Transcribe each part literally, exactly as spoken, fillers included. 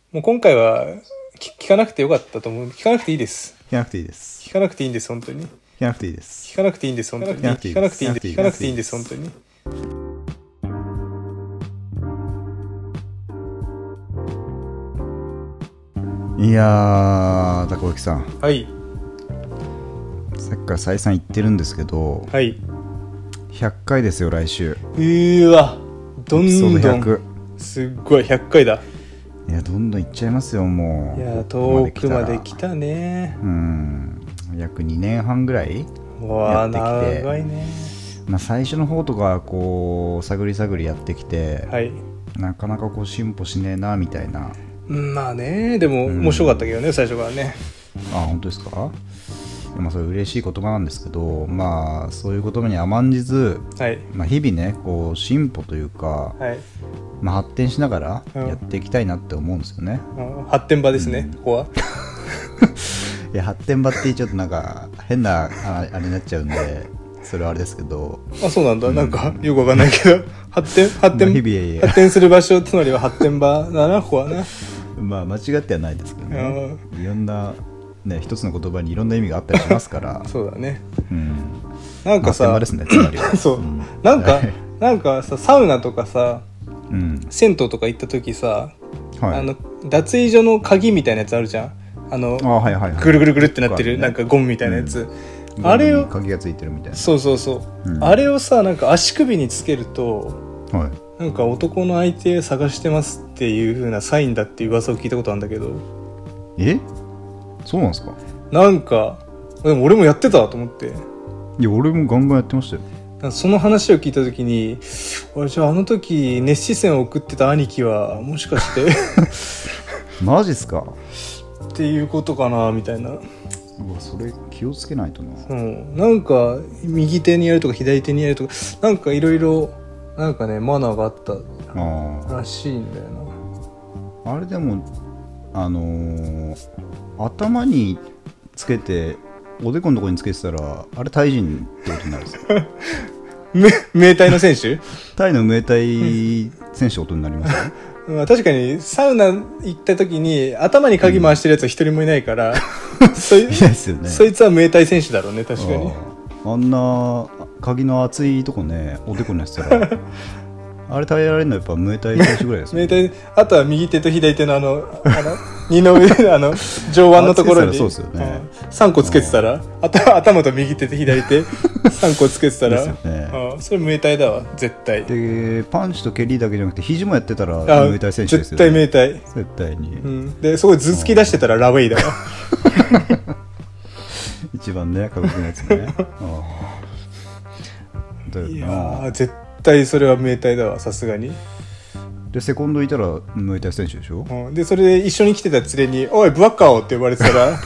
もう今回は聞かなくてよかったと思う。聞かなくていいです。 聞かなくていいです。 聞かなくていいんです、本当に。 聞かなくていいです。 聞かなくていいんです、本当に。聞かなくていいんです。聞かなくていいんです、本当に。 いやー、高木さん。 はい。 さっきから再三言ってるんですけど、 はい。 ひゃっかいですよ、来週。 うーわ、どんどん。 エピソードひゃく。 すっごい、ひゃっかいだ。 いや、どんどんいっちゃいますよ、もう。 いや、遠くまで来たね。 うん。約にねんはんぐらいわあ、長いね。 まあ、最初の方とかこう探り探りやってきて、 はい、 なかなかこう進歩しねえなみたいな。 まあね、でも面白かったけどね、うん、最初からね。 あ、本当ですか。まあ、それ嬉しい言葉なんですけど、まあ、そういう言葉に甘んじず、はい、まあ、日々ねこう進歩というか、はい、まあ、発展しながらやっていきたいなって思うんですよね。 うん、発展場ですね、うん、ここは。 いや、発展場ってちょっとなんか変なあれになっちゃうんで、それはあれですけど。 あ、そうなんだ、うん、なんかよくわかんないけど発展発展、まあ、日々発展する場所、つまりは発展場だな、ここはな。 まあ間違ってはないですけどね。いろんなね、一つの言葉にいろんな意味があったりしますからそうだね、 うん、 なんかさ、 発展場ですね、つまりは。 そう、うん、なんかなんかさ、サウナとかさ、うん、銭湯とか行った時さ、はい、あの脱衣所の鍵みたいなやつあるじゃん。あのあ、はいはいはい、ぐるぐるぐるってなってる、ね、なんかゴムみたいなやつ、うん、あれを鍵がついてるみたいな。 そうそうそう、うん、あれをさ、なんか足首につけると、はい、なんか男の相手探してますっていう風なサインだっていう噂を聞いたことあるんだけど。 え、そうなんですか。 なんかでも俺もやってたと思って。 いや、俺もガンガンやってましたよ。 その話を聞いた時に、俺じゃああの時熱視線を送ってた兄貴はもしかしてマジっすかっていうことかなみたいな。うわ、 それ気をつけないとな。 うん、なんか右手にやるとか左手にやるとか、なんかいろいろなんかね、マナーがあったらしいんだよな。 あ, あれでもあのー、頭につけておでこのところにつけてたら、あれタイ人ってことになるんですかムエタイの選手タイのムエタイ選手ってことになりますねまあ、確かにサウナ行った時に頭に鍵回してるやつは一人もいないから、うん、そ, いいですよね、そいつはムエタイ選手だろうね。確かにあ, あんな鍵の厚いとこね、おでこにやってたらあれ耐えられるのはやっぱムエタイ選手ぐらいですよね。 あとは右手と左手のあのあの二の腕あの上腕のところにそうですよね、 うん、さんこつけてたら、頭と右手と左手さんこつけてたら、ね、あ、それムエタイだわ絶対。 でパンチと蹴りだけじゃなくて肘もやってたらムエタイ選手ですよね。 絶対ムエタイ、 絶対に、 うん、でそこで頭突き出してたらラウェイだわ一番ね、過酷なやつねあいや絶対絶対それはムエタイだわ、さすがに。 でセコンドいたらムエタイ選手でしょ、 うん、でそれで一緒に来てた連れに「おいブワッカオ」って呼ばれてたら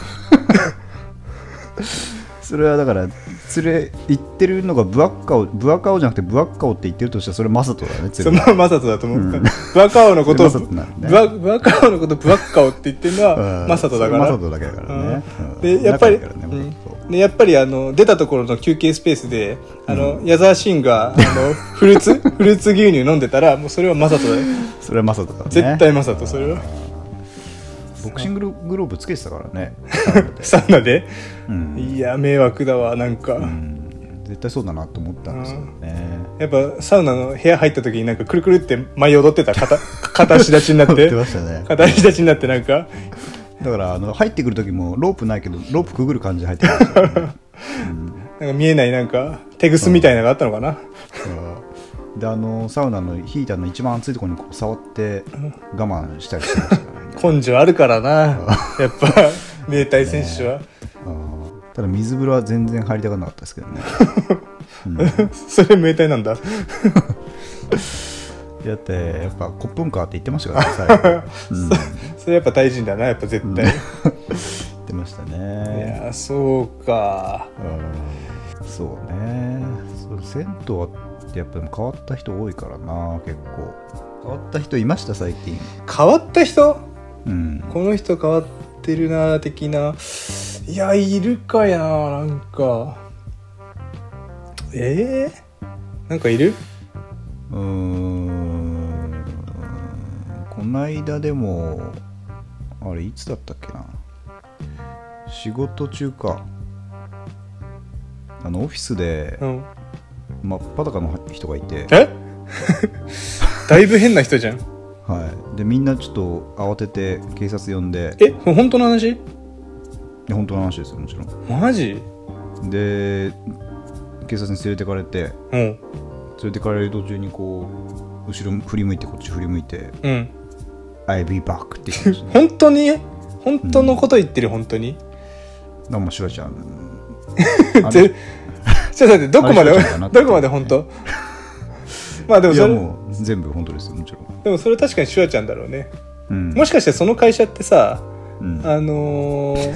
それはだから連れ行ってるのがブワッカオ、ブワッカオじゃなくてブワッカオって言ってるとしたら、それマサトだね。 そのマサトだと思う、うん、ブワッカオのことをブワッカオのことブワッカオって言ってるのはマサトだから、 マサトだけだからね、 うん、でやっぱり、ね、うん、でやっぱりあの出たところの休憩スペースであの、うん、矢沢慎があのフルーツフルーツ牛乳飲んでたら、もうそれはマサトだよ。 それはマサトだね、 絶対マサト。それはボクシンググローブつけてたからねサウナで、うん、いや迷惑だわ、なんか、うん、 絶対そうだなと思ったんですよね。 やっぱサウナの部屋入った時になんかくるくるって舞い踊ってた、片片足立ちになってましたね、 片足立ちになって、なんかだからあの入ってくる時もロープないけどロープくぐる感じで入ってくるんですよ、ねうん、 なんか見えないなんか手ぐすみたいなのがあったのかな、うんうん、であのサウナのヒーターの一番熱いところにこう触って我慢したりしてましたからね根性あるからなやっぱムエタイ選手は、ね、 あただ水風呂は全然入りたくなかったですけどね、 うん、それムエタイなんだだってやっぱコップンカーって言ってましたからね最後、 うん、そ, それやっぱ大臣だな、やっぱ絶対、うん、言ってましたね。 いやそうか、 うん、そうね。そう銭湯ってやっぱり変わった人多いからな。結構変わった人いました最近。 変わった人、 うん、 この人変わってるな的な、いやいるかやな、なんかえー、なんかいる？ うーんこの間でもあれいつだったっけな、仕事中か、あのオフィスで、うん、真っ裸の人がいて、 えだいぶ変な人じゃん。 はい、でみんなちょっと慌てて警察呼んで。 え、本当の話？いや本当の話ですよ、もちろん。 マジで警察に連れてかれて、うん、連れてかれる途中にこう後ろ振り向いてこっち振り向いて、うん、I'll be back って言ってました、ね、 本当に本当のこと言ってる、うん、本当に。 あんまシュワちゃんぜちょっと待って、どこまでどこまで本当まあでもそれ、いやもう全部本当ですよ、もちろん。 でもそれ確かにシュワちゃんだろうね、うん、もしかしてその会社ってさ、うん、あのー、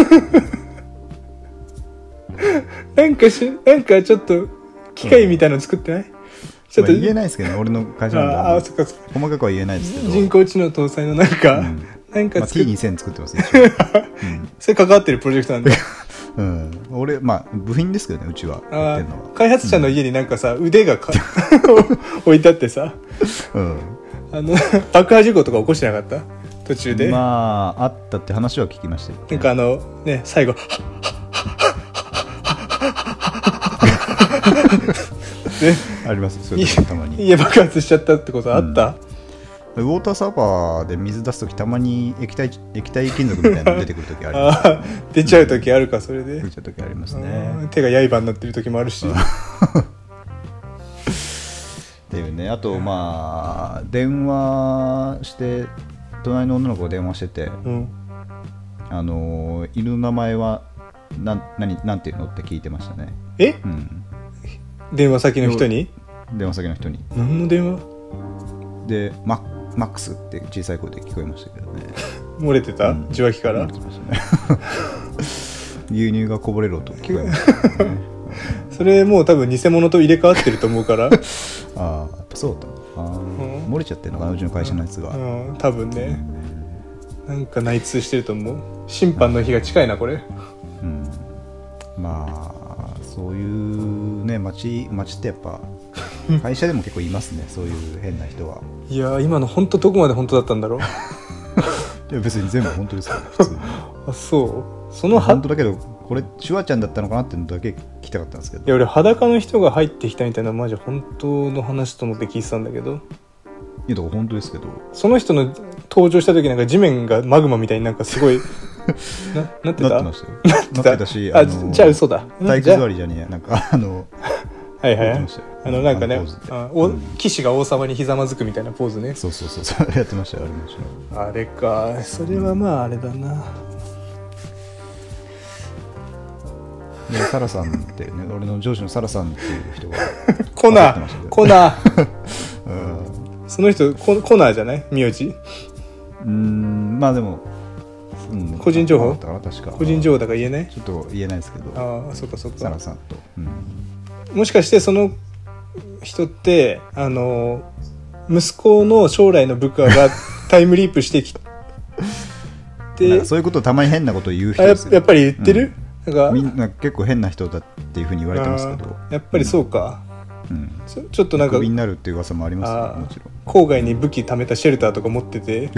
なんかしなんかちょっと機械みたいなの作ってない？うん、 ちょっと、まあ、言えないですけどね、俺の会社なんで。ああ、そっかそっか。細かくは言えないですけど。 人工知能搭載のなんか、うん、なんかまあ、ティーにせん 作ってますね。 うん、それ関わってるプロジェクトなんだ。 うん、俺まあ部品ですけどね、うちは。 あ、開発者の家になんかさ、うん、腕がか置いてあってさ、うん、あの爆破事故とか起こしてなかった？途中で。 まああったって話は聞きましたよ、ね。 なんかあのね、最後ね、あります。そういう時たまに家爆発しちゃったってことあった？ うん、ウォーターサーバーで水出すときたまに液体液体金属みたいなの出てくるときあります、ね、あ出ちゃうときあるか、それで。 出ちゃうときありますね。 手が刃になってるときもあるし。 っていうね。あとまあ電話して隣の女の子が電話してて、うん、あの犬の名前はな何なんていうのって聞いてましたね。 え？うん、電話先の人に？ 電話先の人に。 何の電話？ でママックスって小さい声で聞こえましたけどね。 漏れてた、うん、受話器から。漏れてましたね。 牛乳がこぼれる音聞こえましたね。 それもう多分偽物と入れ替わってると思うから。ああ、やっぱそうだ。あ、うん、漏れちゃってるのかな、うちの会社のやつが。 うん、多分ね、うん、なんか内通してると思う。審判の日が近いなこれ。 うん、まあそういうね、町町ってやっぱ会社でも結構いますね、そういう変な人は。 いや今の本当どこまで本当だったんだろう。 いや別に全部本当ですから普通に。 あ、そう。その本当だけどこれシュワちゃんだったのかなっていうのだけ聞きたかったんですけど。 いや俺裸の人が入ってきたみたいなマジ本当の話と思って聞いてたんだけど。 いやだから本当ですけど。 その人の登場した時なんか地面がマグマみたいになんかすごいな, なってた。 なってましたよ。なってたし、 あのじゃあ嘘だ。 体育座りじゃねえなんかあのはいはい、あのなんかね、あお騎士が王様にひざまずくみたいなポーズね。 そうそうそうそうやってましたよ、あれもちろん。あれか、それはまああれだな。 でサラさんってね、俺の上司のサラさんっていう人がコナーコナー、うん、その人 コ, コナーじゃない名字。 うーん、まあでも、 うん、個人情報だったかな、確か。 個人情報だから言えない。 ちょっと言えないですけど。 ああ、そっかそっか。 サラさんと、うん、 もしかしてその人ってあの息子の将来の部下がタイムリープしてきてそういうことをたまに変なことを言う人ですよ。 や, やっぱり言ってる、 うん、なんかみんな結構変な人だっていうふうに言われてますけど。 やっぱりそうか、うん、ち, ょちょっとなんかクビになるっていう噂もありますよ、もちろん。 郊外に武器貯めたシェルターとか持ってて、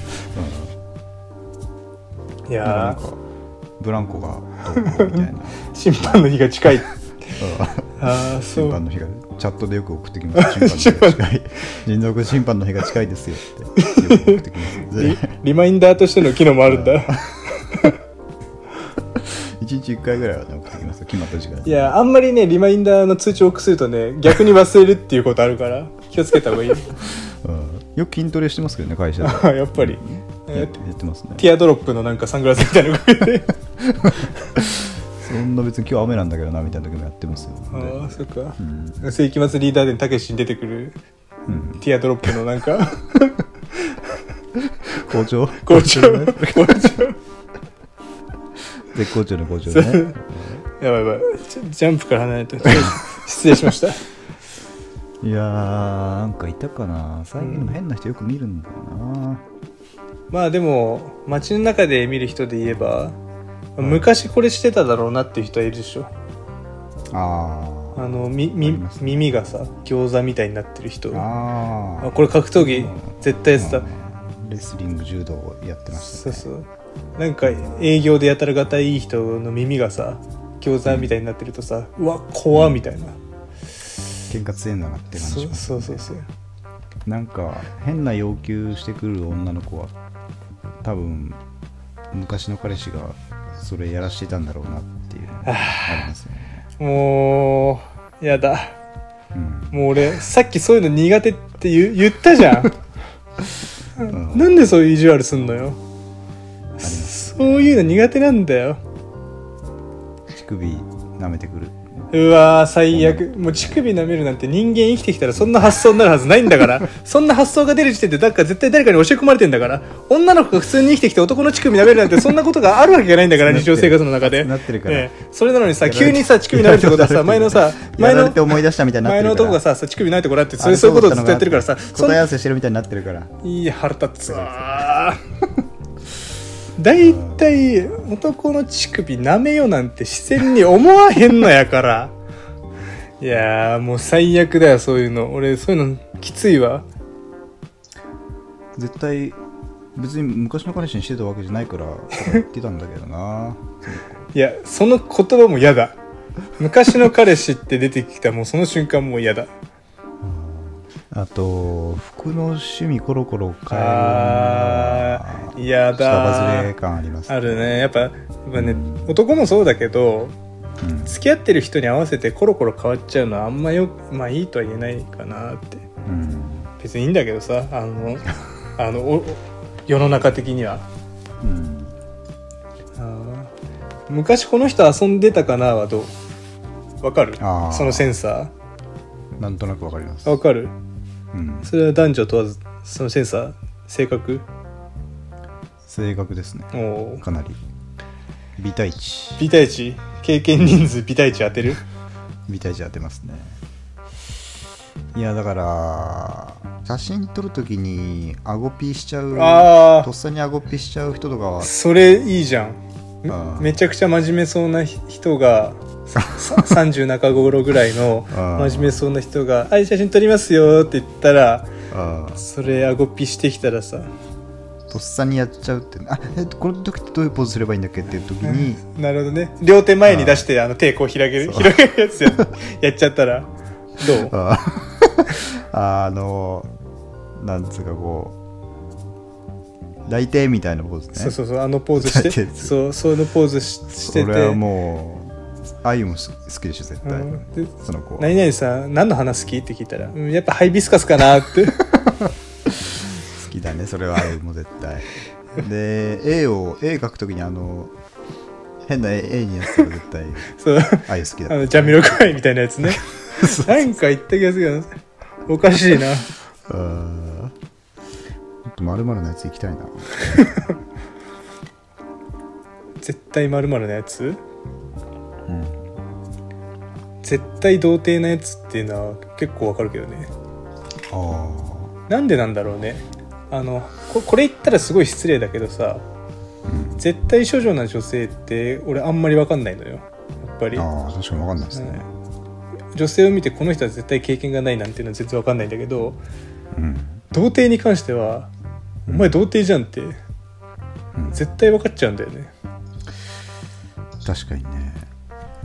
うん、いやなんかブランコがどうこうみたいな。 審判の日が近い。ああ、そう。 審判の日がチャットでよく送ってきます。審判の日が近い。人族審判の日が近いですよってよく送ってきます。 リ, リマインダーとしての機能もあるんだ。 一日一回ぐらいは、ね、送ってきますよ、決まった時間。 いや、あんまりねリマインダーの通知を多くするとね逆に忘れるっていうことあるから気をつけた方がいいよ。 うん、よく筋トレしてますけどね、会社で。やっぱり、 うん、や, ってやってますね。 ティアドロップのなんかサングラスみたいなのかけて。 そんな別に今日雨なんだけどなみたいな時もやってますよ。 ああ、そっか、うん、世紀末リーダーでたけしに出てくる、うん、ティアドロップのなんか校長校長校長絶好調の校長ね。 やばいやばい、ジャンプから離れて失礼しました。 いやー、なんかいたかな、最近の変な人よく見るんだよな、うん、 まあでも街の中で見る人で言えば昔これしてただろうなっていう人はいるでしょ。ああのみみ耳がさ餃子みたいになってる人。ああ、これ格闘技絶対やってた。 レスリング柔道をやってましたね。 そうそうなんか営業でやたらがたいい人の耳がさ餃子みたいになってるとさ、うん、うわ怖みたいな、 喧嘩強いんだなって感じします、 ね、そうそうそうなんか変な要求してくる女の子は多分昔の彼氏がそれやらしてたんだろうなっていうのがありますよね。 もうやだ、うん、もう俺さっきそういうの苦手って言、言ったじゃん、うん、なんでそういう意地悪すんのよ。そういうの苦手なんだよ。 乳首舐めてくる。 うわー最悪。もう乳首舐めるなんて人間生きてきたらそんな発想になるはずないんだからそんな発想が出る時点でだから絶対誰かに教え込まれてんだから。女の子が普通に生きてきて男の乳首舐めるなんてそんなことがあるわけがないんだから日常生活の中でなってるから、 ね、それなのにさ急にさ乳首舐めるってことはさ前のさ前の思い出したみたいになってるから前の男がさ乳首舐めてこらってそういうことをずっとやってるからさ答え合わせしてるみたいになってるから。 いや腹立つわだいたい男の乳首舐めよなんて自然に思わへんのやからいやーもう最悪だよそういうの。俺そういうのきついわ。 絶対別に昔の彼氏にしてたわけじゃないから言ってたんだけどないやその言葉も嫌だ。昔の彼氏って出てきたもうその瞬間もう嫌だ。 あと服の趣味コロコロ変えるのは嫌だ。 下外れ感あります、 ね、あるね。やっぱ、やっぱね、男もそうだけど、うん、付き合ってる人に合わせてコロコロ変わっちゃうのはあんまよまあいいとは言えないかなって、うん、別にいいんだけどさあのあのお世の中的には、うん、あ昔この人遊んでたかなはどうわかる？そのセンサーなんとなくわかります。 わかる？うん、それは男女問わずそのセンサー性格性格ですね。おかなり微対値微対値経験人数微対値当てる微対値当てますね。いやだから写真撮るときに顎ピーしちゃうあとっさに顎ピーしちゃう人とかはそれいいじゃん。 め, めちゃくちゃ真面目そうな人がさんじゅう中頃ぐらいの真面目そうな人がはい写真撮りますよって言ったらそれ顎ピーしてきたらさとっさにやっちゃうってあえっとこの時ってどういうポーズすればいいんだっけっていう時に、 うん、なるほどね。両手前に出してあの手こう広げる広げるやつ や, やっちゃったらどう？ ああのなんつうかこう抱いてみたいなポーズね。 そうそうそうあのポーズしてそうそのポーズ し, しててそれはもうあゆも好きでしょ絶対、うん、でその子何々さ何の花好きって聞いたら、うん、やっぱハイビスカスかなって好きだねそれはあゆも絶対で 絵を絵描くときにあの変な絵になったら絶対そうあゆ好きだ、ね、 あのジャミロクワイみたいなやつねなんか言った気がするけどおかしいな。あもっと丸々のやつ行きたいな絶対丸々のやつ、うん、絶対童貞なやつっていうのは結構わかるけどね。あなんでなんだろうね。あの こ, これ言ったらすごい失礼だけどさ、うん、絶対処女な女性って俺あんまりわかんないのよやっぱり。 ああ確かにわかんないですね、 うん、女性を見てこの人は絶対経験がないなんていうのは全然わかんないんだけど、うん、童貞に関しては、うん、お前童貞じゃんって、うん、絶対分かっちゃうんだよね。 確かにね、 うん、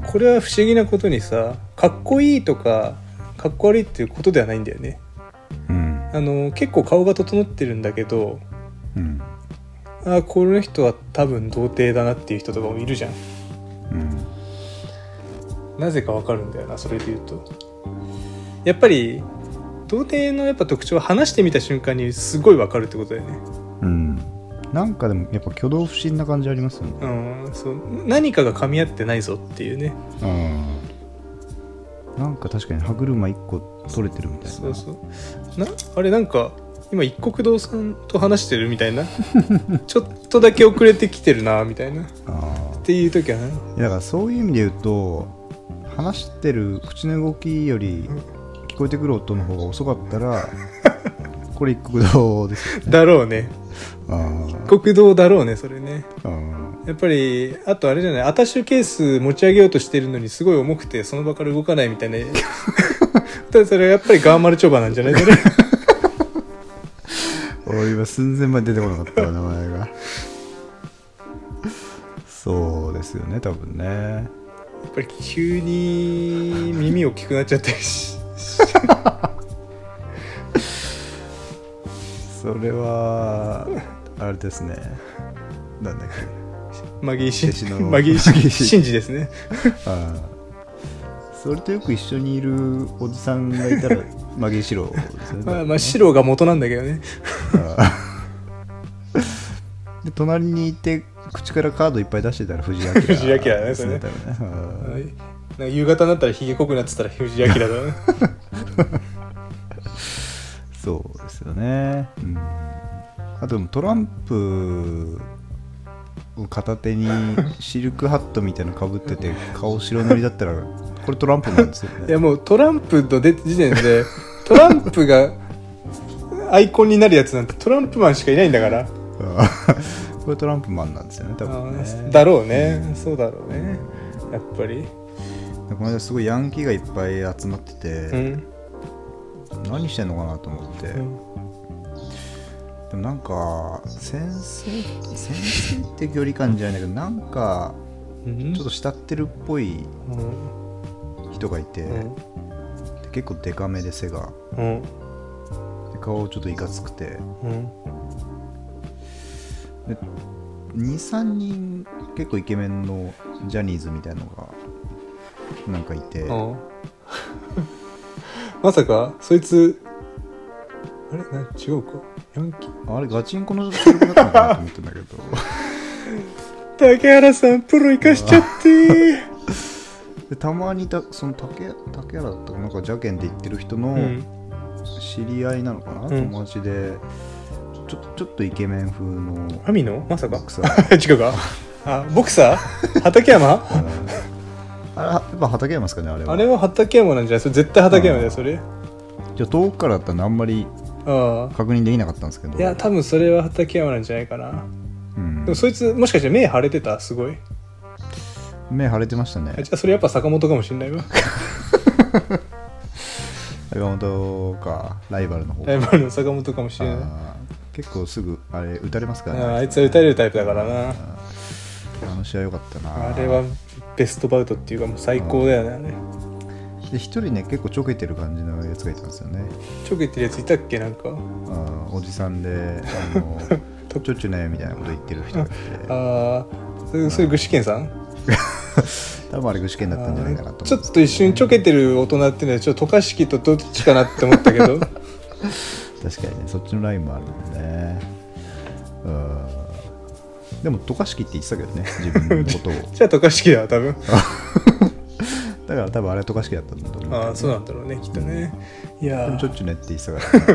これは不思議なことにさかっこいいとかかっこ悪いっていうことではないんだよね、うん、あの結構顔が整ってるんだけど、うん、あこの人は多分童貞だなっていう人とかもいるじゃん、うん、なぜか分かるんだよなそれで言うと。やっぱり童貞のやっぱ特徴は話してみた瞬間にすごい分かるってことだよね。 うんなんかでもやっぱ挙動不審な感じありますよね。 うんそう何かが噛み合ってないぞっていうね。 うんなんか確かに歯車いっこ取れてるみたいな。 そうそうなあれなんか今一国堂さんと話してるみたいなちょっとだけ遅れてきてるなみたいなあっていう時はね。 だからそういう意味で言うと話してる口の動きより聞こえてくる音の方が遅かったらこれ一国堂ですよね。 だろうね。一国堂だろうねそれね。やっぱりあとあれじゃないアタッシュケース持ち上げようとしてるのにすごい重くてその場から動かないみたいなそれはやっぱりガーマルチョバなんじゃないそれ俺今寸前まで出てこなかったわ名前が。そうですよね多分ね。 やっぱり急に耳大きくなっちゃったりしそれはあれですね、なんだっけ、 マギーシンジマギーシンジですね。 あそれとよく一緒にいるおじさんがいたらマギーシロですね。 まあまあシロが元なんだけどね。 で隣にいて口からカードいっぱい出してたら藤井明ですね。 藤井明だねそれね。なんか夕方になったらひげ濃くなってたら藤井明だね。 そうですよね、うん、あとトランプを片手にシルクハットみたいなのかぶってて顔白塗りだったらこれトランプなんですよね。 いやもうトランプの時点でトランプがアイコンになるやつなんてトランプマンしかいないんだから。 これトランプマンなんですよね多分ね。 だろうね、うん、そうだろうねやっぱり。 この間すごいヤンキーがいっぱい集まってて、うん、何してんのかなと思って、うん、でもなんか先生先生って距離感じゃないんだけどなんかちょっと慕ってるっぽい人がいて、うん、で結構デカめで背が、うん、で顔ちょっといかつくて、うん、で にさんにん結構イケメンのジャニーズみたいなのがなんかいて、 まさかそいつあれな違うかヤンキーあれガチンコの収録だったのかなと思ってんだけど竹原さんプロ生かしちゃってでたまにたその 竹, 竹原だったかなんか邪剣で言ってる人の知り合いなのかな、うん、友達でち ょ, ちょっとイケメン風のアミのまさかボクサー違うかあボクサー畠山あれやっぱ畠山ですかねあれは。 あれは畠山なんじゃないそれ絶対畠山だよそれ。 じゃあ遠くからだったらあんまり確認できなかったんですけど。 いや多分それは畠山なんじゃないかな、うん、でもそいつもしかして目腫れてたすごい目腫れてましたね。 じゃあそれやっぱ坂本かもしんないわ。 坂本かライバルの方ライバルの坂本かもしれない。 結構すぐあれ打たれますからね。 あ, あいつは打たれるタイプだからな。 あの試合良かったな。 あれはベストバウトっていうかもう最高だよね、あれ。 で一人ね結構ちょけてる感じのやつがいたんですよね。 ちょけてるやついたっけなんか。 あおじさんであのちょっちゅねみたいなこと言ってる人がいて。 ああそれそれ具志堅さん。 多分あれ具志堅だったんじゃないかなと思う。 ちょっと一瞬ちょけてる大人っていうのはちょっと渡嘉敷とどっちかなって思ったけど。 確かにねそっちのラインもあるんでね。うんでも渡嘉敷って言ってたけどね自分のことを。 じゃあ渡嘉敷だわ多分。 だから多分あれは渡嘉敷だったんだと思う。 ああそうなんだろうねきっとね。いやでもちょっちゅねって言ってたから、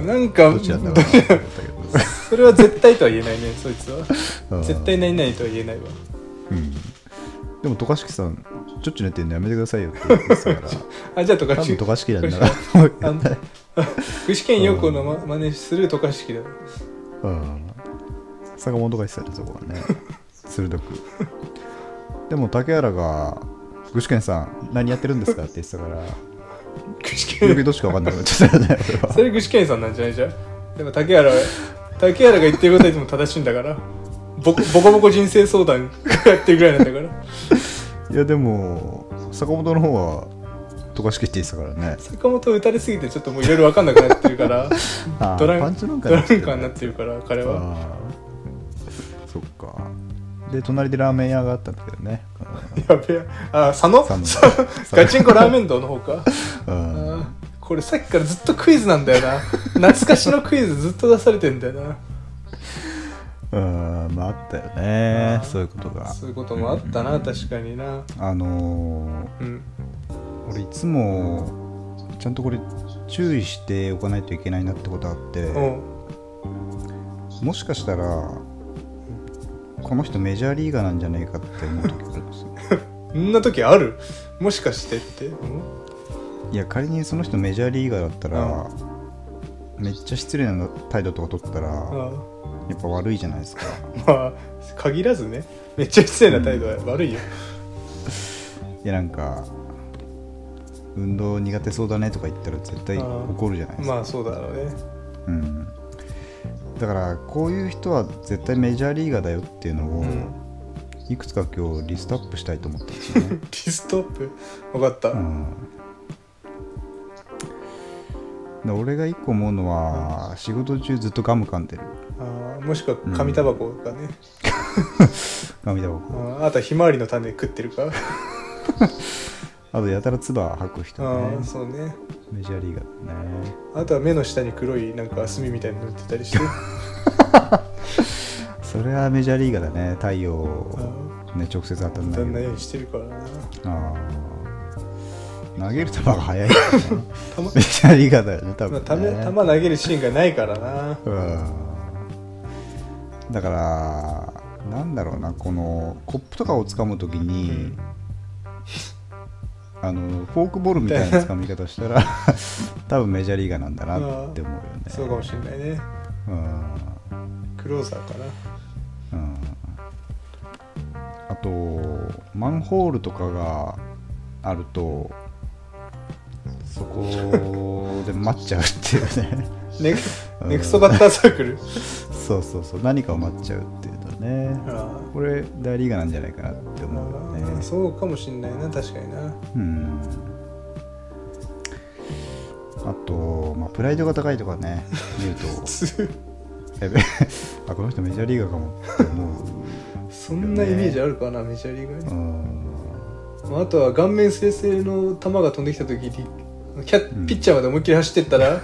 ね、なんかどっちなんだろうなと思ったけどそれは絶対とは言えないねそいつは。絶対何々とは言えないわ。うんでも渡嘉敷さんちょっちゅねって言うのやめてくださいよって言ってたからあじゃあ渡嘉敷多分渡嘉敷なんだな。 具志堅用高のま真似する渡嘉敷だ。 うん坂本が言ってたねそこはね鋭く。でも竹原が具志堅さん何やってるんですかって言ってたから具志堅どっちか分かんなくなっちゃったよね。 それ具志堅さんなんじゃないじゃん。でも竹原竹原が言ってることはいつも正しいんだからボコボコボコ人生相談やってるぐらいなんだから。 いやでも坂本の方は渡嘉敷って言ってたからね。 坂本打たれすぎてちょっともういろいろ分かんなくなってるからドラパンチなんかドランカーになってるから彼は。 そっか。で隣でラーメン屋があったんだけどね。 やべえあ佐野ガチンコラーメン堂の方か。あこれさっきからずっとクイズなんだよな。懐かしのクイズずっと出されてんだよな。 うんまああったよねそういうことが。 そういうこともあったな、うん、確かにな。 あのーうん、俺いつもちゃんとこれ注意しておかないといけないなってことあって、うん、もしかしたらこの人メジャーリーガーなんじゃないかって思う時があるんですよ。 そんな時ある？もしかしてって、うん、 いや仮にその人メジャーリーガーだったら、うん、めっちゃ失礼な態度とか取ったら、うん、やっぱ悪いじゃないですか。 まあ限らずねめっちゃ失礼な態度は悪いよ、 うん、いやなんか運動苦手そうだねとか言ったら絶対怒るじゃないですか。 まあそうだろうね。 うんだからこういう人は絶対メジャーリーガーだよっていうのを、うん、いくつか今日リストアップしたいと思ってますね。 リストアップ分かった、うん、 で俺が一個思うのは、うん、仕事中ずっとガム噛んでる。 あもしくは紙タバコかね、うん、 紙タバコあ, あとはひまわりの種食ってるかあとやたら唾吐く人ね。 あそうね、 メジャーリーガーね。 あとは目の下に黒いなんか墨みたいに塗ってたりしてそれはメジャーリーガーだね。太陽、ね、直接当たんない当たんないようにしてるからな。 あ投げる球が速い、ね、メジャーリーガーだよね多分ね、 まあ、球投げるシーンがないからな。 うんだからなんだろうな、このコップとかを掴むときに、うん、あのフォークボールみたいな掴み方したら多分メジャーリーガーなんだなって思うよね。 そうかもしれないね。うんクローザーかな。うんあとマンホールとかがあるとそこで待っちゃうっていうねネク、ネクストバッターサークルそうそうそう何かを待っちゃうっていうのね。これ大リーガーなんじゃないかなって思うよね。 そうかもしんないな確かにな。うんあと、まあ、プライドが高いとかね見るとやべあこの人メジャーリーガーかもって思う、ね、 そんなイメージあるかなメジャーリーガーに。うんあとは顔面すれすれの球が飛んできた時にキャッピッチャーまで思いっきり走ってったら、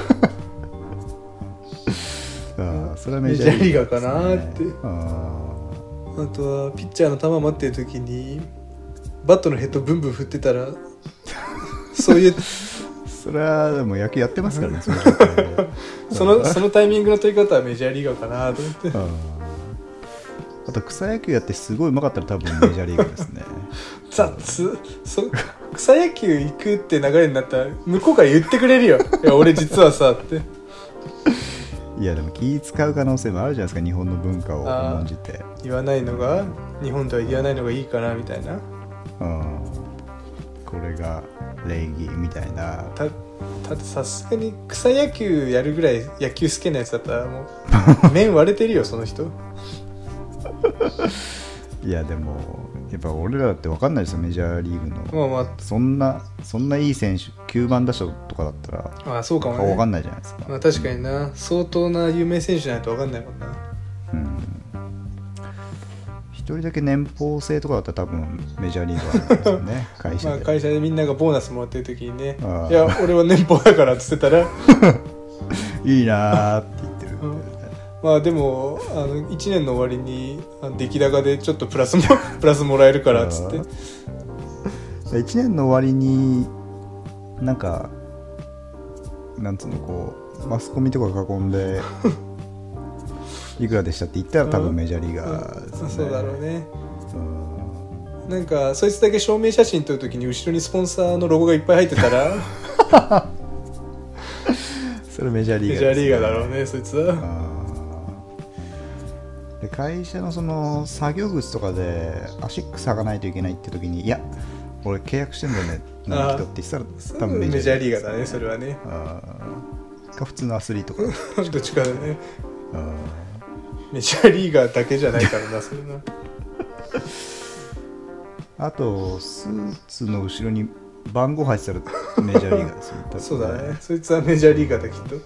うん、あそれはメジャーリーガーかなって。あ, あとはピッチャーの球待ってる時にバットのヘッドブンブン振ってたらそういうそれはでも野球やってますからねそのそのタイミングの取り方はメジャーリーガーかなと思って。あ, あと草野球やってすごい上手かったら多分メジャーリーガーですね雑そ草野球行くって流れになったら向こうから言ってくれるよいや俺実はさっていやでも気使う可能性もあるじゃないですか日本の文化を重んじて言わないのが日本では言わないのがいいかなみたいな、うん、 これが礼儀みたいな。 ただってさすがに草野球やるぐらい野球好きなやつだったらもう面割れてるよその人いやでもやっぱ俺らだって分かんないですよメジャーリーグの、まあまあ、そんなそんないい選手きゅうばん打者とかだったらあそうかも、ね、 顔分かんないじゃないですか。 まあ、確かにな相当な有名選手じゃないと分かんないもんな。うん一人だけ年俸制とかだったら多分メジャーリーグはあるんですよね会社で、 まあ、会社でみんながボーナスもらってる時にねいや俺は年俸だからっつってたらいいなーって言ってる、うん、 まあでもあのいちねんの終わりに出来高でちょっとプラスもプラスもらえるからっつっていちねんの終わりになんかなんつうのこうマスコミとか囲んでいくらでしたって言ったら多分メジャーリーガーですね、 うん、そうだろうね、うん、なんかそいつだけ証明写真撮るときに後ろにスポンサーのロゴがいっぱい入ってたらそれメジャーリーガーですね。 メジャーリーガーだろうねそいつは。 で会社のその作業靴とかでアシックス履かないといけないって時にいや俺契約してんだよね何人って言ったら多分メジャーリーガーだねそれはね。 あか普通のアスリートかどっちかだね。あメジャーリーガーだけじゃないからなそれなあとスーツの後ろに番号入ってたらメジャーリーガーですよ、ね、 そうだねそいつはメジャーリーガーだきっと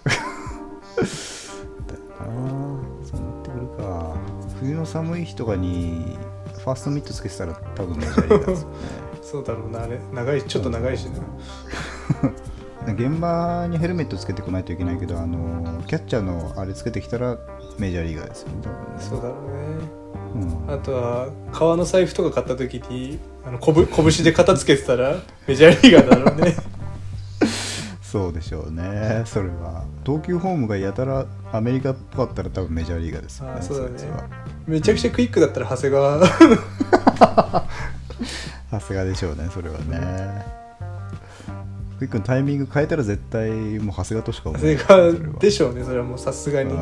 ああそうなってくるか。冬の寒い日とかにファーストミットつけてたら多分メジャーリーガーですよねそうだろうなあれ長いちょっと長いしな現場にヘルメットつけてこないといけないけどあのキャッチャーのあれつけてきたらメジャーリーガーですよね多分ね。 そうだろうね、うん、あとは革の財布とか買った時にあのこぶ拳で片付けてたらメジャーリーガーだろうねそうでしょうね。それは投球フォームがやたらアメリカっぽかったら多分メジャーリーガーですよね。 あそうだねめちゃくちゃクイックだったら長谷川長谷川でしょうねそれはね。クイックのタイミング変えたら絶対もう長谷川としか思えない。長谷川でしょうねそれはもうさすがに。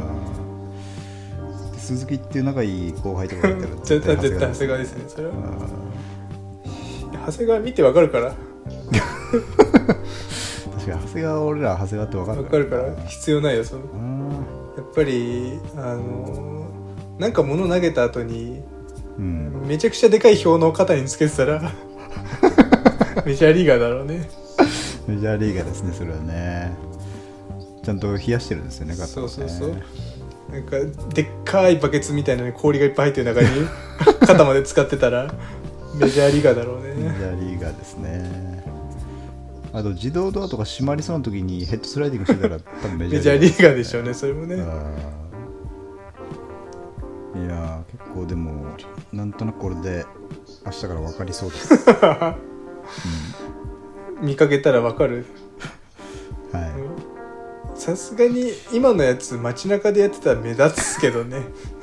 鈴木っていう仲いい後輩とかだったら絶対絶対長谷川ですねそれは。長谷川見てわかるから確かに長谷川俺ら長谷川ってわかるから分かるから必要ないよそのやっぱりあのなんか物投げた後に、うん、めちゃくちゃでかい氷の肩につけてたらメジャーリーガーだろうね。 メジャーリーガーですね、それはね。ちゃんと冷やしてるんですよね、肩をね。そうそうそう。なんかでっかいバケツみたいなのに氷がいっぱい入ってる中に肩まで使ってたらメジャーリーガーだろうね。 メジャーリーガーですね。あと自動ドアとか閉まりそうな時にヘッドスライディングしてたら多分メジャーリーガーでしょうね、それもね。 いや結構でもなんとなくこれで明日から分かりそうです、 うん、見かけたら分かる。はい。さすがに今のやつ街中でやってたら目立つけどね。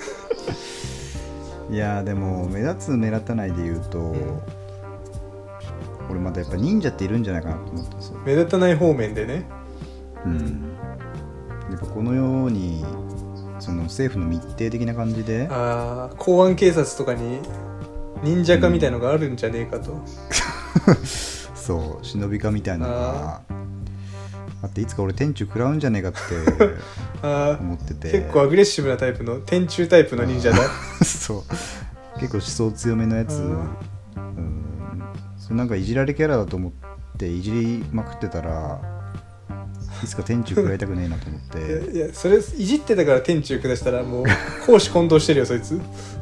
いやでも目立つ目立たないで言うと、うん、俺まだやっぱ忍者っているんじゃないかなと思ってます。 目立たない方面でね。 うん。やっぱこのようにその政府の密偵的な感じで、 ああ、公安警察とかに忍者化みたいのがあるんじゃねえかと、うん、 そう忍び化みたいなのがあっていつか俺天中食らうんじゃねえかって思ってて結構アグレッシブなタイプの天中タイプの忍者だ。 そう結構思想強めのやつ、うん、それなんかいじられキャラだと思っていじりまくってたらいつか天中食らいたくねえなと思っていやいやそれいじってたから天中下したらもう公私混同してるよそいつ。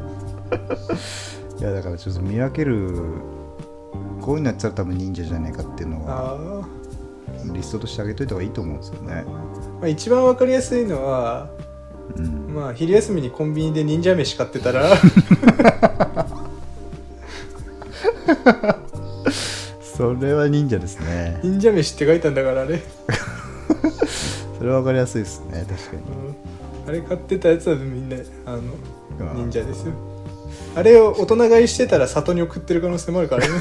いやだからちょっと見分けるこういうのやったら多分忍者じゃねえかっていうのはリストとしてあげといた方がいいと思うんですよね。 まあ、一番わかりやすいのは、うん、まあ昼休みにコンビニで忍者飯買ってたらそれは忍者ですね。 忍者飯って書いたんだからあれそれは分かりやすいですね、確かに、 うん、あれ買ってたやつはみんなあの忍者ですよ。あれを大人買いしてたら里に送ってる可能性もあるからね。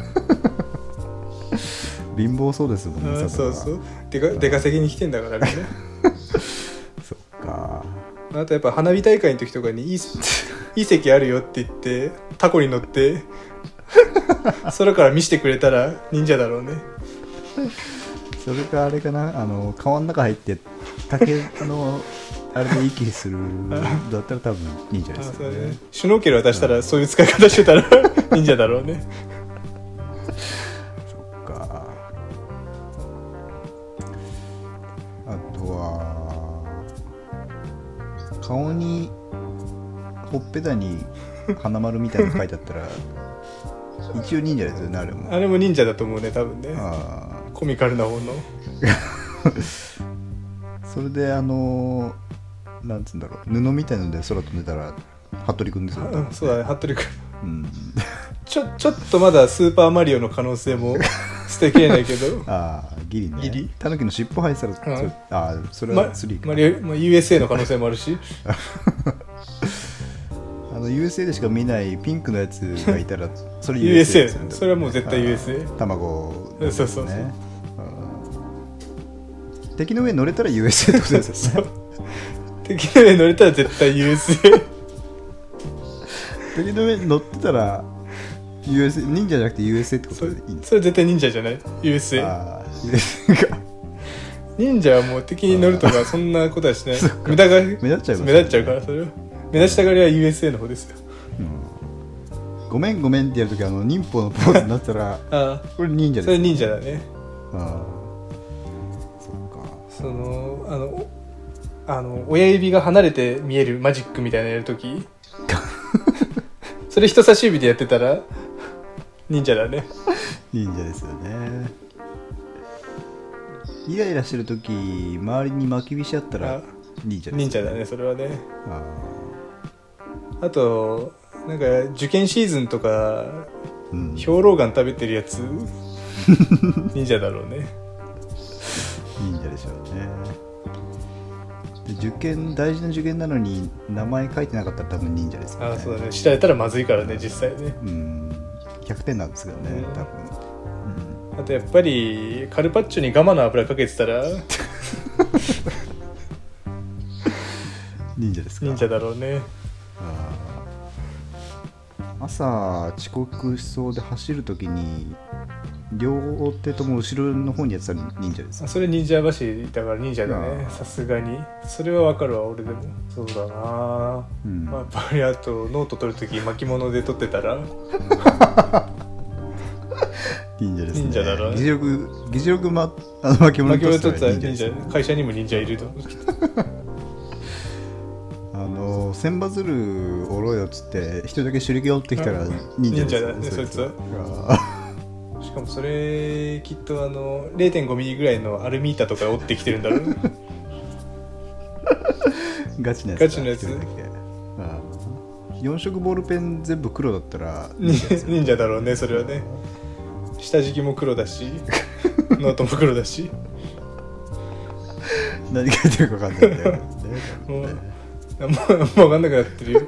貧乏そうですもんね。 そうそう出か出稼ぎに来てんだからね。 そっか。 あとやっぱ花火大会の時とかにいい、いい席あるよって言ってタコに乗って空から見せてくれたら忍者だろうね。 それかあれかな、あの川の中入って竹のあれで息するだったら多分忍者ですよね。 シュノーケル渡したらそういう使い方してたら忍者だろうね。 そっか。あとは顔にほっぺたに花丸みたいなの書いてあったら一応忍者ですよね、あれも。 あれも忍者だと思うね、多分ね。あコミカルな方の。 それであのなんつうんだろう、布みたいので空飛んでたら服部くんですよね。 うん、そうだね、服部くん。うん、ちょちょっとまだスーパーマリオの可能性も捨てきれないけど。 ああギリね。 ギリ。 タヌキの尻尾生えてたら、うん、ああそれはスリーか。 マリオ、まあ、ユーエスエー の可能性もあるし。 あの ユーエスエー でしか見ないピンクのやつがいたらそれユーエスエー ですよね。それはもう絶対 ユーエスエー。 卵ですね。そうそうそう。 敵の上に乗れたら ユーエスエー ってことですよね。 敵の上に乗れたら絶対 ユーエスエー。 敵の上に乗ってたら ユーエスエー、忍者じゃなくて ユーエスエー ってことでいいんですか？ それ絶対忍者じゃない ユーエスエー。ああ ユーエスエー か。忍者はもう敵に乗るとかそんなことはしない。無駄が目立っちゃう、ね、目立っちゃうからそれは目立ちたがりは ユーエスエー の方ですよ。うん、 ごめんごめんってやるときあの忍法のポーズになったらあこれ忍者です、 ね、それ忍者だね。 あそっか。そのあのあの親指が離れて見えるマジックみたいなのやるときそれ人差し指でやってたら忍者だね。 忍者ですよね。イライラしてるとき周りに巻きびしあったら忍者です、ね、 忍者だね、それはね。あ, あとなんか受験シーズンとか、うん、兵糧丸食べてるやつ忍者だろうね。 忍者でしょうね。で受験大事な受験なのに名前書いてなかったら多分忍者ですよね。 ああそうだね、知られたらまずいからね実際ね。 うんひゃくてんなんですけどね、うん、多分、 うん、あとやっぱりカルパッチョにガマの油かけてたら忍者ですか。 忍者だろうね。 あ朝遅刻しそうで走るときに両手とも後ろの方にやってたら忍者ですか？ それ忍者走だから忍者だね、さすがにそれはわかるわ俺でも。そうだな、うん、まあ、やっぱりあとノート取るとき巻物で取ってたら忍者ですね。 忍者だろうね。 議事録議事録、ま、あの巻物取ってたら忍者、 会社にも忍者いると思うあの千羽鶴おろよっつって一人だけ手裏剣折ってきたら忍者です、ね、 忍者だねそいつは。しかもそれきっとあの れいてんごミリぐらいのアルミ板とか折ってきてるんだろうねガチなやつ。 ガチなやつ。 よん色ボールペン全部黒だったら忍者、忍者だろうねそれはね。下敷きも黒だしノートも黒だし何書いてるか分かんないんだよ、ね、 もうもう分かんなくなってるよ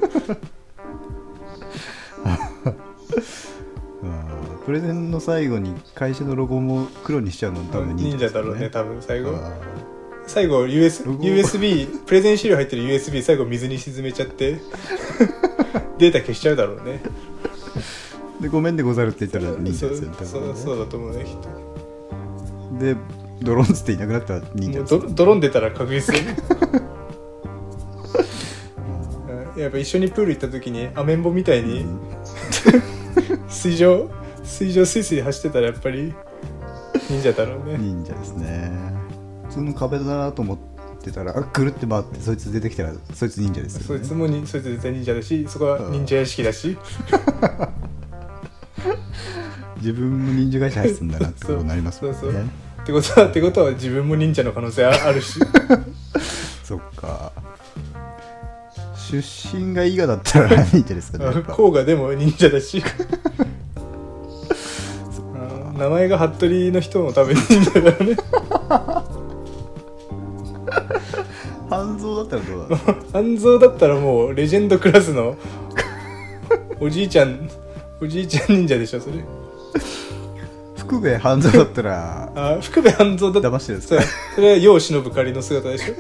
プレゼンの最後に会社のロゴも黒にしちゃうの多分忍者、ね、 忍者だろうね多分最後最後 ユーエスビー プレゼン資料入ってる ユーエスビー 最後水に沈めちゃってデータ消しちゃうだろうね。 でごめんでござるって言ったら忍者ですよね。 そう、ね、そうだと思うねきっと。 でドローンつっていなくなったら忍者ですよ、ね、 ドローン出たら確実にやっぱ一緒にプール行った時にアメンボみたいに、うん、水上水上スイスイ走ってたらやっぱり忍者だろうね。 忍者ですね。普通の壁だなと思ってたらくるって回ってそいつ出てきたらそいつ忍者ですよね。 そいつもにそいつ絶対忍者だしそこは忍者屋敷だし自分も忍者会社入ってんだなってことになりますもんね。そうそうそうってことはってことは自分も忍者の可能性あるしそっか。出身が伊賀だったら忍者ですかね。 甲賀でも忍者だし名前が服部の人も多分忍者だよね半蔵だったらどうだろう半蔵だったらもうレジェンドクラスのおじいちゃんおじいちゃん忍者でしょそれ。 福部半蔵だったらあ福部半蔵だった騙してるんですか。 それは世を忍ぶ仮の姿でしょ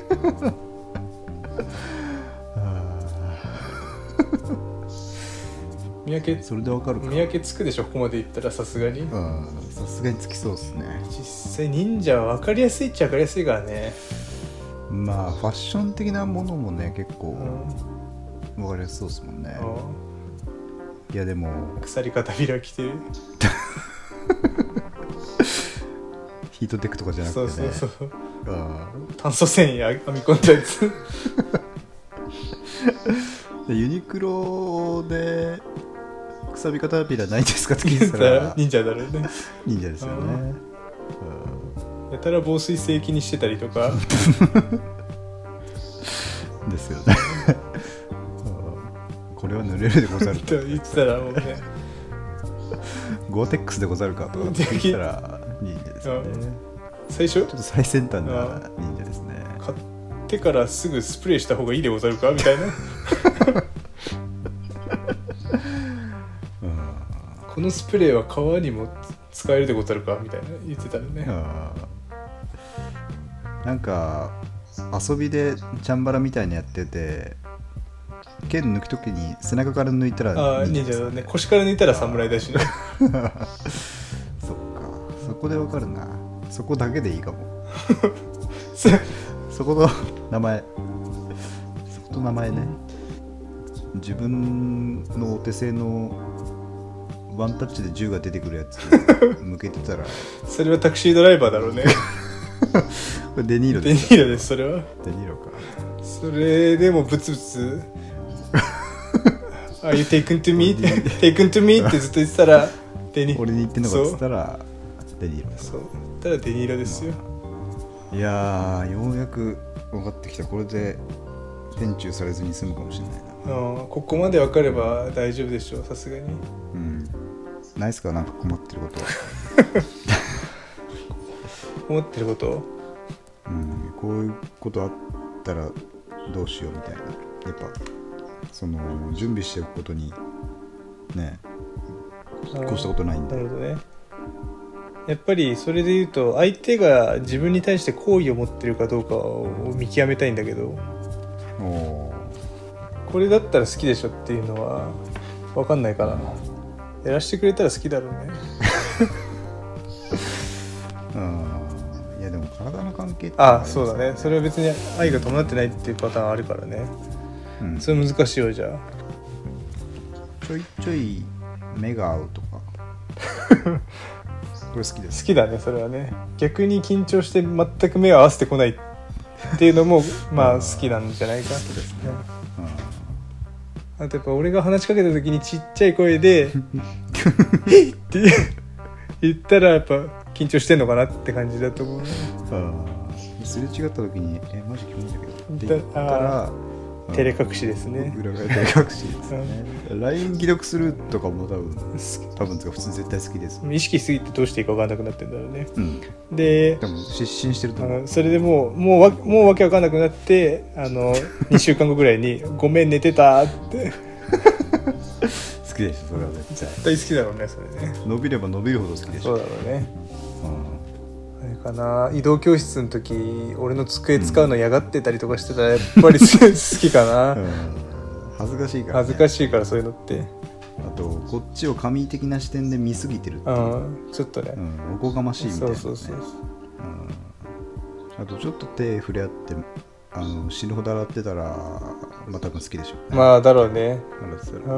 見分けそれでわかるか。 見分けつくでしょここまでいったらさすがに。 さすがにつきそうですね。 実際忍者は分かりやすいっちゃ分かりやすいからね。 まあファッション的なものもね結構分かりやすそうですもんね、うん、いやでも鎖片びら着てるヒートテックとかじゃなくてね。 そうそうそう、炭素繊維編み込んだやつユニクロでくさびカタピラないんですかって聞いてたら忍者だろうね。 忍者ですよね。 やたら防水性気にしてたりとかですよねこれは濡れるでござると言ってたらもうねゴーテックスでござるかとか言ったら忍者ですよね。 最初ちょっと最先端な忍者ですね。 買ってからすぐスプレーした方がいいでござるかみたいなこのスプレーは革にも使えるでござるかみたいな言ってたらね。 なんか遊びでチャンバラみたいなやってて剣抜くときに背中から抜いたら忍者だね。腰から抜いたら侍だしねそっかそこでわかるな。そこだけでいいかもそこの名前そこと名前ね。自分のお手製のワンタッチで銃が出てくるやつ向けてたらそれはタクシードライバーだろうねこれデニーロです。デニーロですそれは。 デニーロか。 それでもブツブツAre you taken to me? taken to me? ってずっと言ってたらデニ俺に言ってんのかっつったらデニーロ。 そうただデニーロですよ、 まあ、いやーようやく分かってきた。これで天誅されずに済むかもしれないな。 あここまで分かれば大丈夫でしょうさすがに。 うんないっすかなんか困ってること困ってること、 うん、こういうことあったらどうしようみたいな。やっぱその準備しておくことにね越したことないんで。 なるほどね。やっぱりそれで言うと相手が自分に対して好意を持ってるかどうかを見極めたいんだけど、おこれだったら好きでしょっていうのは分かんないからやらしてくれたら好きだろうねいやでも体の関係って、 ね、ああそうだね。それは別に愛が伴ってないっていうパターンあるからね、うん、それ難しいよ。じゃあちょいちょい目が合うとかこれ好きです。 好きだねそれはね。逆に緊張して全く目を合わせてこないっていうのもまあ好きなんじゃないか。好きですね、うん、あとやっぱ俺が話しかけた時にちっちゃい声で「えっ!」って言ったらやっぱ緊張してんのかなって感じだと思う、ね、 あすれ違った時に「えマジ気持ちいいけど」って言ったら照れ隠しですね。 裏側照れ隠しですね。ライン 既読するとかも多分多分普通に絶対好きです。 意識しすぎてどうしていいか分かんなくなってるんだろうね、 うん、ででも失神してると思う。 それでもうもうわもうわけ分かんなくなってあのにしゅうかんごぐらいに「ごめん寝てた」って好きでしょそれは絶対。 絶対好きだろうねそれね。 伸びれば伸びるほど好きでしょ。 そうだろうね、うん、あれかな、移動教室の時俺の机使うの嫌がってたりとかしてたらやっぱり好きかな、うん、 恥ずかしいから、ね、 恥ずかしいからそういうのって。 あとこっちを神的な視点で見すぎてるっていう、 うん、ちょっとね、 うん、おこがましいみたいな、ね、 そうそうそう、うん、 あとちょっと手触れ合ってあの死ぬほど洗ってたらまあ多分好きでしょうね。 まあだろうね。 洗ってたら、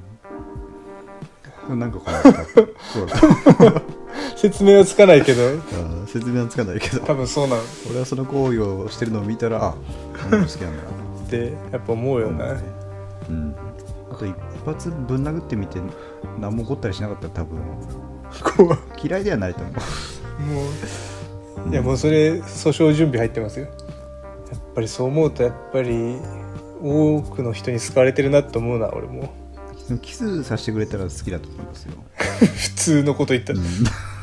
うん、なんかこのそう説明はつかないけど説明はつかないけど多分そうなの。 俺はその行為をしてるのを見たらあ好きなんだってやっぱ思うよね、 うん、あと一発ぶん殴ってみて何も起こったりしなかったら多分嫌いではないと思う。もう、うん、いやもうそれ訴訟準備入ってますよ。やっぱりそう思うとやっぱり多くの人に好かれてるなと思うな俺も。 キスさせてくれたら好きだと思いますよ。 普通のこと言ったら、うんうん、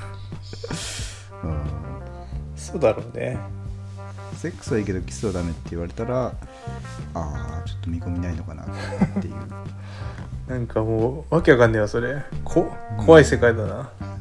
そうだろうね。 セックスはいいけどキスはダメって言われたらああちょっと見込みないのかなっていうなんかもうわけわかんねえわそれ。こ怖い世界だな、うん、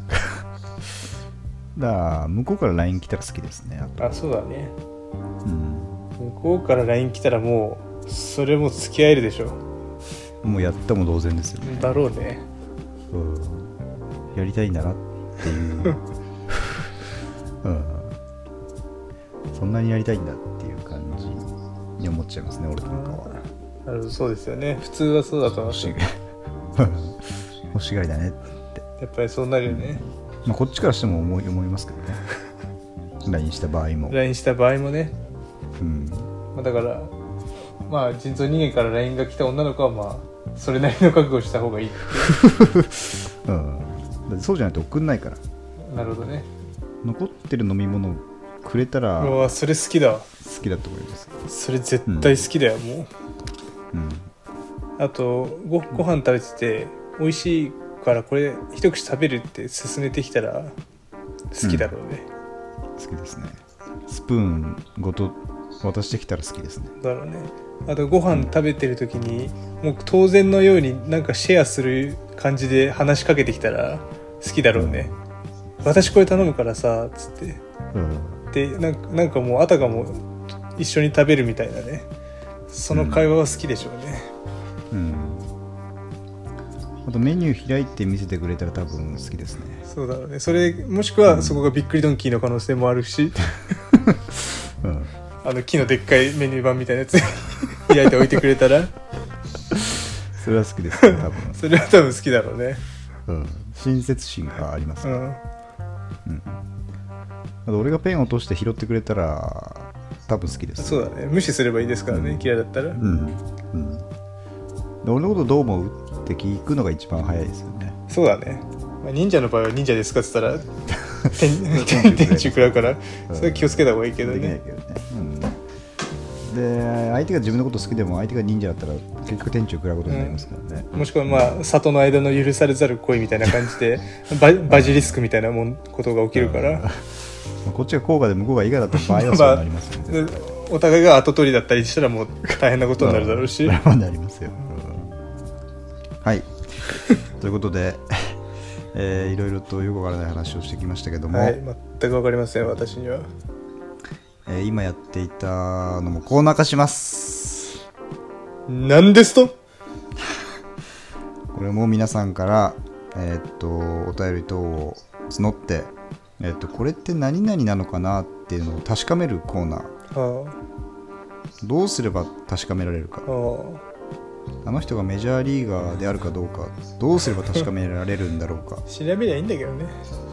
だから向こうから ライン 来たら好きですね。 ああそうだね、うん、向こうから ライン 来たらもうそれも付き合えるでしょ。 もうやったも同然ですよね。 だろうね、 うん、やりたいんだなっていう、うん、そんなにやりたいんだっていう感じに思っちゃいますね俺なんかは。 なるほどそうですよね。普通はそうだと思う。 欲しがりだねってやっぱりそうなるよね、 うんまあ、こっちからしても思い、思いますけどねライン した場合もライン した場合もね、 うんまあ、だからまあ人造人間から ライン が来た女の子はまあそれなりの覚悟した方がいいって、 うん、だってそうじゃないと送んないから。 なるほどね。 残ってる飲み物くれたらうわそれ好きだわ。 好きだと思います。 それ絶対好きだよ、うん、もう、うん、あと ご, ご飯食べてて美味しいからこれ一口食べるって勧めてきたら好きだろうね、 うん、好きですね。スプーンごと渡してきたら好きですね。 だろうね。あとご飯食べてる時にもう当然のようになんかシェアする感じで話しかけてきたら好きだろうね、うん、私これ頼むからさつって、うん、でなんか、なんかもうあたかも一緒に食べるみたいなね、その会話は好きでしょうね、 うんうん、あとメニュー開いて見せてくれたら多分好きですね。 そうだろうね。それもしくはそこがびっくりドンキーの可能性もあるし、うん、あの木のでっかいメニュー版みたいなやつ開いておいてくれたらそれは好きですね多分それは多分好きだろうね、 うん、親切心がありますね、うんうん、あと俺がペンを落として拾ってくれたら多分好きです、ね、 そうだね。無視すればいいですからね、うん、嫌いだったら、うんうん、で俺のことどう思うって聞くのが一番早いですよね。 そうだね、まあ、忍者の場合は忍者ですかって言ったら天中食らうからそれは気をつけた方がいいけどね、できないけどね、うんで相手が自分のこと好きでも相手が忍者だったら結局天中食らうことになりますからね、 うん、もしくはまあ里の間の許されざる恋みたいな感じでバ, バジリスクみたいなもんことが起きるから、 うん、こっちが甲賀で向こうが伊賀だった場合はそうなりますよね、まあ、お互いが後取りだったりしたらもう大変なことになるだろうしまあなりますよ、うん、はいということで、えー、いろいろとよくわからない話をしてきましたけども、はい、 全く分かりません私には。 えー、今やっていたのもコーナー化します。 何ですとこれも皆さんから、えー、っとお便り等を募って、 えっと、これって何々なのかなっていうのを確かめるコーナー。あどうすれば確かめられるか。あの人がメジャーリーガーであるかどうか、どうすれば確かめられるんだろうか。 調べりゃいいんだけどね。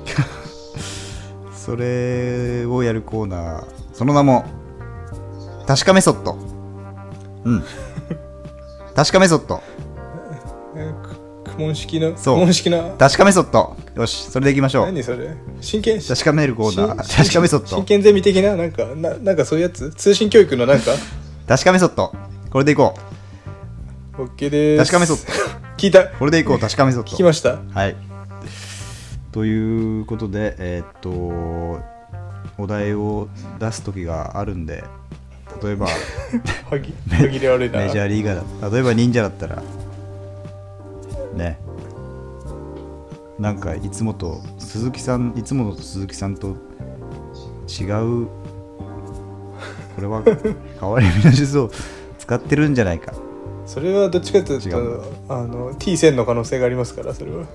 それをやるコーナー、その名も確かメソッド。うん確かメソッド。 苦悶式の苦悶式な確かメソッド。よし、それでいきましょう。 何それ、真剣確かめるコーナー、確かメソッド。 真剣ゼミ的な、なんかな、なんかそういうやつ、通信教育のなんか確かメソッド、これでいこう。 OK です。 確かメソッド聞いた。 これでいこう。確かメソッド聞きました。 はい、ということで、えー、っとお題を出す時があるんで、例えば歯切れ悪いな。 メジャーリーガーだ、例えば忍者だったらね、なんかいつもと鈴木さん、いつもの鈴木さんと違う、これは変わり身の術を使ってるんじゃないか。 それはどっちかというとあの T 線の可能性がありますから、それは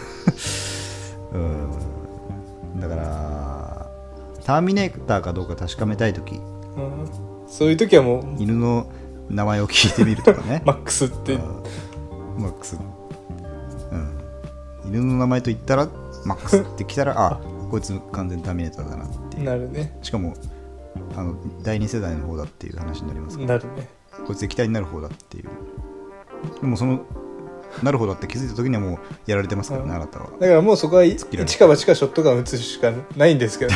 うんだからターミネーターかどうか確かめたいとき、うん、 そういうときはもう犬の名前を聞いてみるとかねマックスってマックス、うん、犬の名前と言ったらマックスって来たらあこいつ完全ターミネーターだなっていう。 なるね。 しかもあのだいに世代の方だっていう話になりますから。 なるね。 こいつ液体になる方だっていう。でもそのなる方だって気づいた時にはもうやられてますからね、あなたは。 だからもうそこは一か八かショットガン打つしかないんですけどね、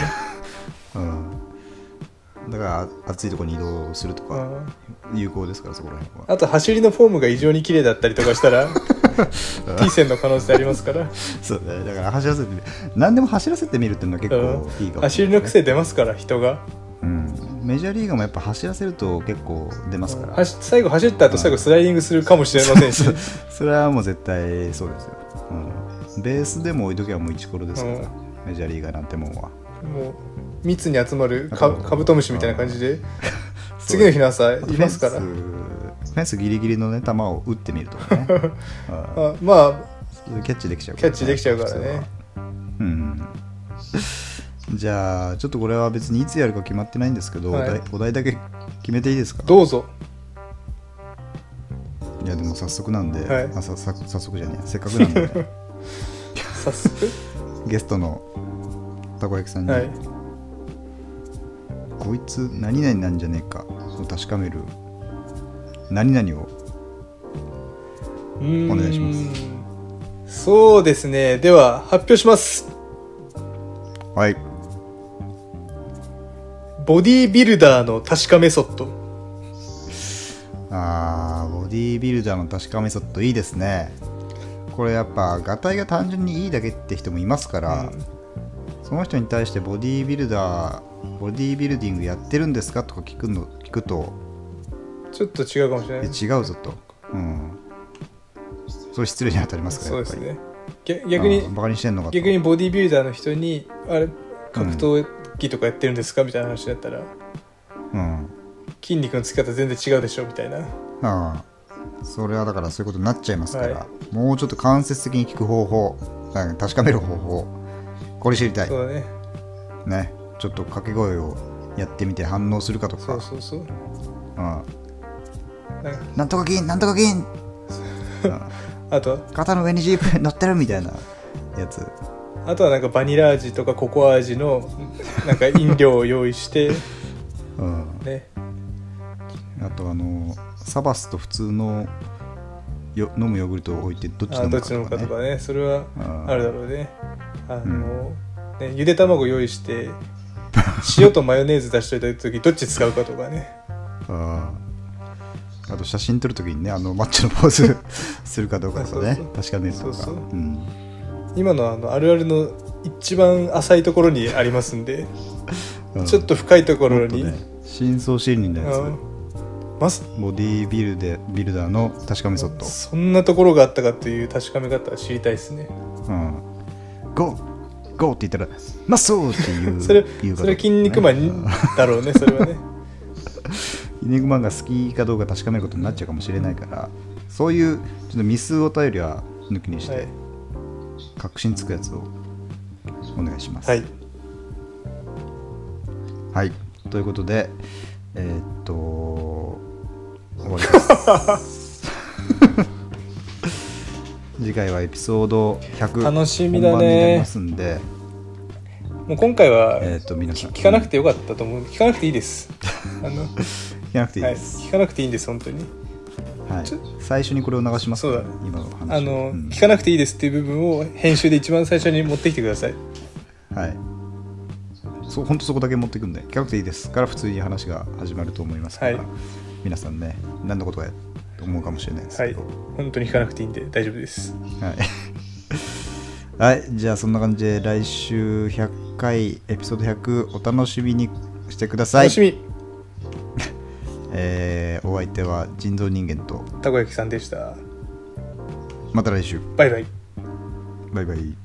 うん、だから暑いところに移動するとか有効ですから、そこら辺は。 あと走りのフォームが異常に綺麗だったりとかしたらT 線の可能性ありますからそうね、だから走らせて何でも走らせてみるっていうのは結構いいかもしれない、ね、 走りの癖出ますから人が、 うん、メジャーリーガーもやっぱ走らせると結構出ますから、 うん、最後走った後最後スライディングするかもしれませんし、うん、 それはもう絶対そうですよ、うん、ベースでも置いときはもうイチコロですから、うん、メジャーリーガーなんてもんはもう密に集まるカブトムシみたいな感じで次の日の朝いますから、 フェンスギリギリの、ね、球を打ってみるとかねあまあキャッチできちゃうから、ね、キャッチできちゃうからね、 うん、じゃあちょっとこれは別にいつやるか決まってないんですけど、はい、お題だけ決めていいですか。 どうぞ。 いやでも早速なんで、はい、あささ早速じゃねえせっかくなんで、ね、 早速ゲストのたこ焼きさんに、はい、こいつ何々なんじゃねえかを確かめる何々をお願いします。 そうですね、では発表します。 はい。 ボディービルダーの確かメソッド。 あー、ボディービルダーの確かメソッドいいですね。これやっぱガタイが単純にいいだけって人もいますから、うん、その人に対してボディービルダーボディービルディングやってるんですかとか聞くの聞くとちょっと違うかもしれない。 違うぞと、うん、それ失礼に当たりますから。 そうですね。逆にバカにしてんのかと。 逆にボディービルダーの人にあれ格闘技とかやってるんですか、うん、みたいな話だったら、うん、筋肉のつき方全然違うでしょみたいな。ああ、それはだからそういうことになっちゃいますから、はい、もうちょっと間接的に聞く方法、確かめる方法、これ知りたい。 そうだね。 ね、ちょっと掛け声をやってみて反応するかとか。 そうそうそう。 ああ、なんとか銀なんとか銀あとは肩の上にジープ乗ってるみたいなやつ。 あとはなんかバニラ味とかココア味のなんか飲料を用意して、うんね、 あとあのサバスと普通のよ飲むヨーグルトを置いてどっち飲むかとかね。あ、 どっち飲むかとかね、それはあるだろうね。あの、うんね、ゆで卵用意して塩とマヨネーズ出しといた時どっち使うかとかね。 ああと写真撮るときにね、あのマッチのポーズするかどうかとかね、確かめるとか。そうそう、うん、 今の あのあるあるの一番浅いところにありますんで、うん、ちょっと深いところに、 ね、深層心理のやつ、うん、ボディービルでビルダーの確かめソット、 そんなところがあったかという確かめ方は知りたいですね。 うん、ゴーゴーって言ったらマッソーっていうそれそれ筋肉マンだろうねそれはね。 筋肉マンが好きかどうか確かめることになっちゃうかもしれないから、そういうちょっとミスお便りは抜きにして、はい、確信つくやつをお願いします。 はい、 はい、ということでえー、っと終わりです次回はエピソードひゃく楽しみだね本番になりますんで、 もう今回は、 えー、と皆さん聞かなくてよかったと思う。聞かなくていいですあの聞かなくていいです、 はい、聞かなくていいんです本当に、 はい、最初にこれを流しますから、 そうだ今の話あの、うん、聞かなくていいですっていう部分を編集で一番最初に持ってきてください。 はい、そう本当そこだけ持っていくんで、聞かなくていいですから普通に話が始まると思いますから、はい、皆さんね何のことかと思うかもしれないですけど、はい、 本当に聞かなくていいんで大丈夫です。 はい、はい、じゃあそんな感じで来週ひゃっかいエピソードひゃくお楽しみにしてください。 楽しみえー、お相手は人造人間とたこ焼きさんでした。 また来週。 バイバイ。 バイバイ。